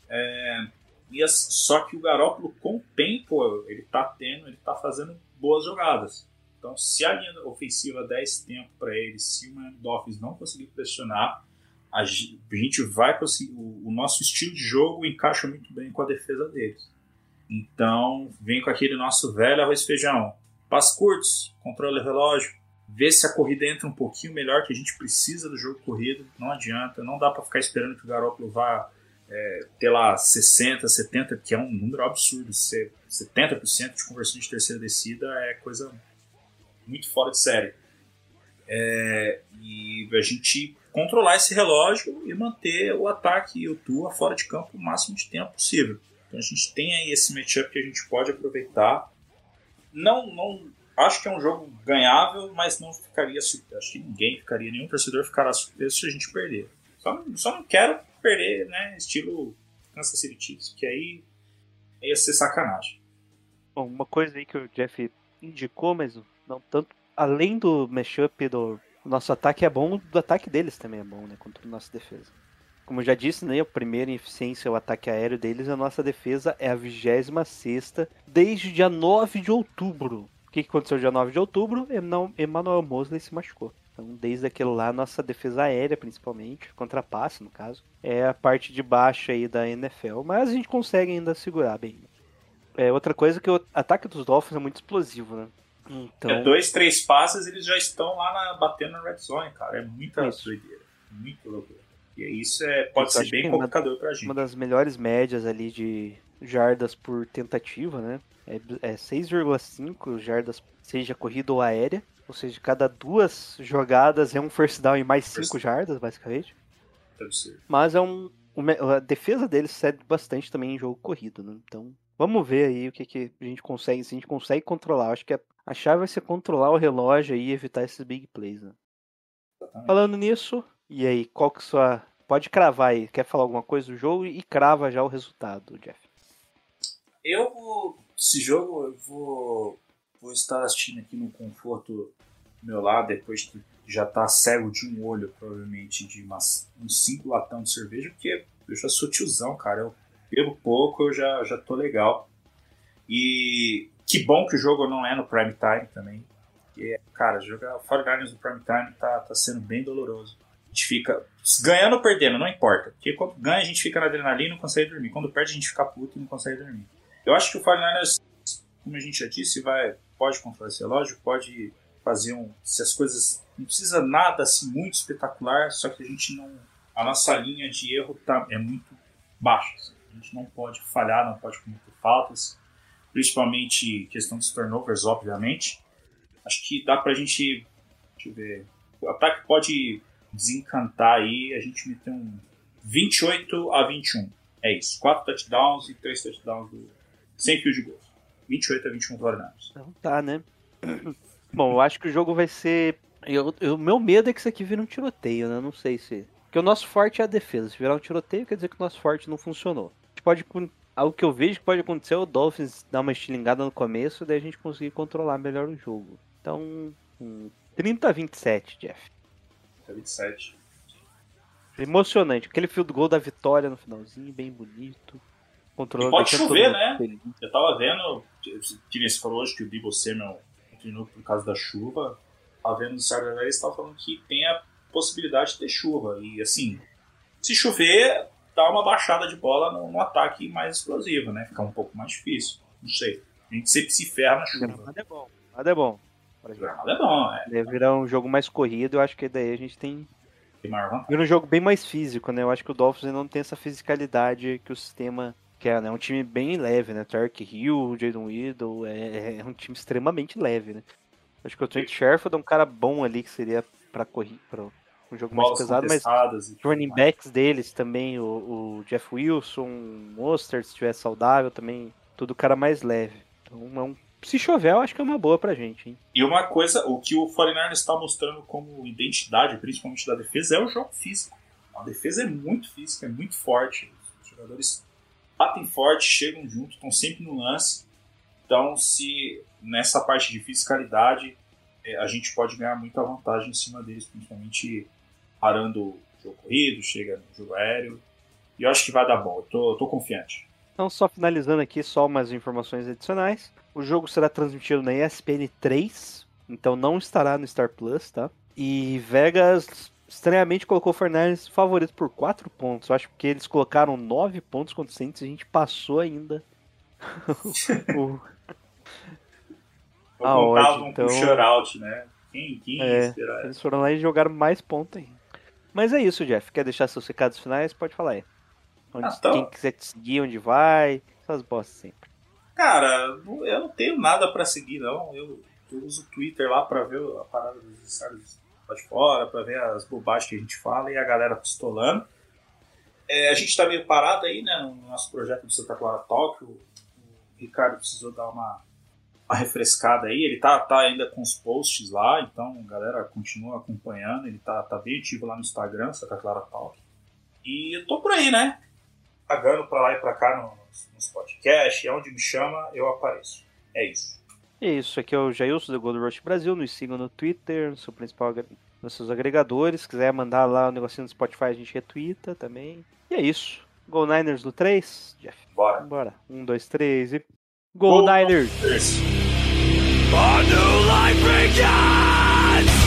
Só que o Garoppolo, com o tempo, ele tá fazendo boas jogadas. Então, se a linha ofensiva der esse tempo para ele, se o Miami Dolphins não conseguir pressionar, a gente vai conseguir. O nosso estilo de jogo encaixa muito bem com a defesa deles. Então, vem com aquele nosso velho arroz e feijão. Passos curtos, controle do relógio, vê se a corrida entra um pouquinho melhor, que a gente precisa do jogo corrido. Não adianta, não dá para ficar esperando que o Garoppolo vá ter lá 60, 70, que é um número absurdo. 70% de conversão de terceira descida é coisa muito fora de série. E a gente controlar esse relógio e manter o ataque e o Tua fora de campo o máximo de tempo possível. Então a gente tem aí esse matchup que a gente pode aproveitar. Não acho que é um jogo ganhável, mas não ficaria surpreso. Acho que nenhum torcedor ficará surpreso se a gente perder. Só não quero perder, né, estilo Kansas City Chiefs, que aí ia ser sacanagem. Bom, uma coisa aí que o Jeff indicou, mas não tanto. Além do mashup do nosso ataque é bom, do ataque deles também é bom, né? Contra a nossa defesa. Como eu já disse, né? O primeiro em eficiência é o ataque aéreo deles. A nossa defesa é a 26ª desde dia 9 de outubro. O que aconteceu dia 9 de outubro? Emmanuel Mosley se machucou. Então, desde aquele lá, nossa defesa aérea, principalmente, contra passe, no caso, é a parte de baixo aí da NFL. Mas a gente consegue ainda segurar bem. Outra coisa é que o ataque dos Dolphins é muito explosivo, né? Então... 2, 3 passes, eles já estão lá batendo na red zone, cara. É muita doideira. Muito loucura. E isso pode ser bem complicador pra gente. Uma das melhores médias ali de jardas por tentativa, né? É 6,5 jardas, seja corrida ou aérea. Ou seja, cada 2 jogadas é um first down e mais 5 jardas, basicamente. Deve ser. Mas a defesa deles cede bastante também em jogo corrido, né? Então, vamos ver aí o que a gente consegue. Se a gente consegue controlar. Acho que a chave vai ser controlar o relógio aí e evitar esses big plays, né? Falando nisso, e aí, qual que sua... Pode cravar aí, quer falar alguma coisa do jogo e crava já o resultado, Jeff. Esse jogo, eu vou estar assistindo aqui no conforto do meu lado, depois que já tá cego de um olho, provavelmente, de uns 5 latão de cerveja, porque eu já sou tiozão, cara. Eu bebo pouco, eu já tô legal. E que bom que o jogo não é no prime time também. Porque, cara, jogar 49ers no prime time tá sendo bem doloroso. A gente fica ganhando ou perdendo, não importa. Porque quando ganha a gente fica na adrenalina e não consegue dormir. Quando perde a gente fica puto e não consegue dormir. Eu acho que o 49ers, como a gente já disse, pode controlar esse relógio, pode fazer se as coisas... Não precisa nada assim muito espetacular, só que a gente não... A nossa linha de erro é muito baixa. Assim. A gente não pode falhar, não pode cometer faltas. Principalmente questão dos turnovers, obviamente. Acho que dá pra gente... Deixa eu ver... O ataque pode desencantar aí, a gente meter um 28-21. É isso. 4 touchdowns e 3 touchdowns sem field goals. 28-21 Floridanos. Então tá, né? Bom, eu acho que o jogo vai ser... O meu medo é que isso aqui vira um tiroteio, né? Não sei se... Porque o nosso forte é a defesa. Se virar um tiroteio, quer dizer que o nosso forte não funcionou. Algo que eu vejo que pode acontecer é o Dolphins dar uma estilingada no começo, daí a gente conseguir controlar melhor o jogo. Então, 30-27, Jeff. 27. Emocionante. Aquele field goal da vitória no finalzinho, bem bonito. E pode chover, né? Feliz. Eu tava vendo, que nem você falou hoje que o Deebo Samuel treinou por causa da chuva. Tava vendo no Instagram, eles estavam falando que tem a possibilidade de ter chuva. E assim, se chover, dá uma baixada de bola no ataque mais explosivo, né? Fica um pouco mais difícil. Não sei. A gente sempre se ferra na chuva. Gramado é bom. Gramado é bom. O gramado é bom, é. Deve virar um jogo mais corrido, eu acho que daí a gente tem... Tem maior vantagem. Vira um jogo bem mais físico, né? Eu acho que o Dolphins ainda não tem essa fisicalidade que o sistema quer, né? É um time bem leve, né? Tark Hill, Jayden Waddle, é um time extremamente leve, né? Acho que o Trent Sherfield é um cara bom ali que seria pra correr, pra um jogo mais Bolas pesado, mas contestadas e os running backs deles também, o Jeff Wilson, o Mostert, se estiver saudável também, tudo cara mais leve. Então, se chover, eu acho que é uma boa pra gente, hein? E uma coisa, o que o 49ers está mostrando como identidade, principalmente da defesa, é o jogo físico. A defesa é muito física, é muito forte. Os jogadores batem forte, chegam junto, estão sempre no lance. Então, se nessa parte de fisicalidade, a gente pode ganhar muita vantagem em cima deles, principalmente parando o jogo corrido, chega no jogo aéreo. E eu acho que vai dar bom, eu tô confiante. Então, só finalizando aqui, só umas informações adicionais. O jogo será transmitido na ESPN 3, então não estará no Star Plus, tá? E Vegas, estranhamente, colocou o 49ers favorito por 4 pontos. Eu acho que eles colocaram 9 pontos contra o Saints e a gente passou ainda. Vou contar um então... shutout, né? Quem ia esperar? Eles foram lá e jogaram mais pontos ainda. Mas é isso, Jeff. Quer deixar seus recados finais? Pode falar aí. Quem quiser te seguir, onde vai, essas bostas sempre. Cara, eu não tenho nada pra seguir, não. Eu uso o Twitter lá pra ver a parada dos estados lá de fora, pra ver as bobagens que a gente fala e a galera pistolando. A gente tá meio parado aí, né, no nosso projeto do Santa Clara Talk. O Ricardo precisou dar uma refrescada aí. Ele tá ainda com os posts lá, então a galera continua acompanhando. Ele tá bem ativo lá no Instagram, Santa Clara Talk. E eu tô por aí, né? Pagando pra lá e pra cá nos podcasts, onde me chama, eu apareço. É isso. É isso, aqui é o Jailson do Gold Rush Brasil, nos sigam no Twitter, no seu principal, nos seus agregadores, se quiser mandar lá o negocinho do Spotify, a gente retweeta também. E é isso. Go Niners no 3, Jeff? Bora. 1, 2, 3 e... Go Niners! A new life begins!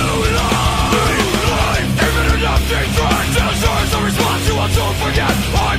Forget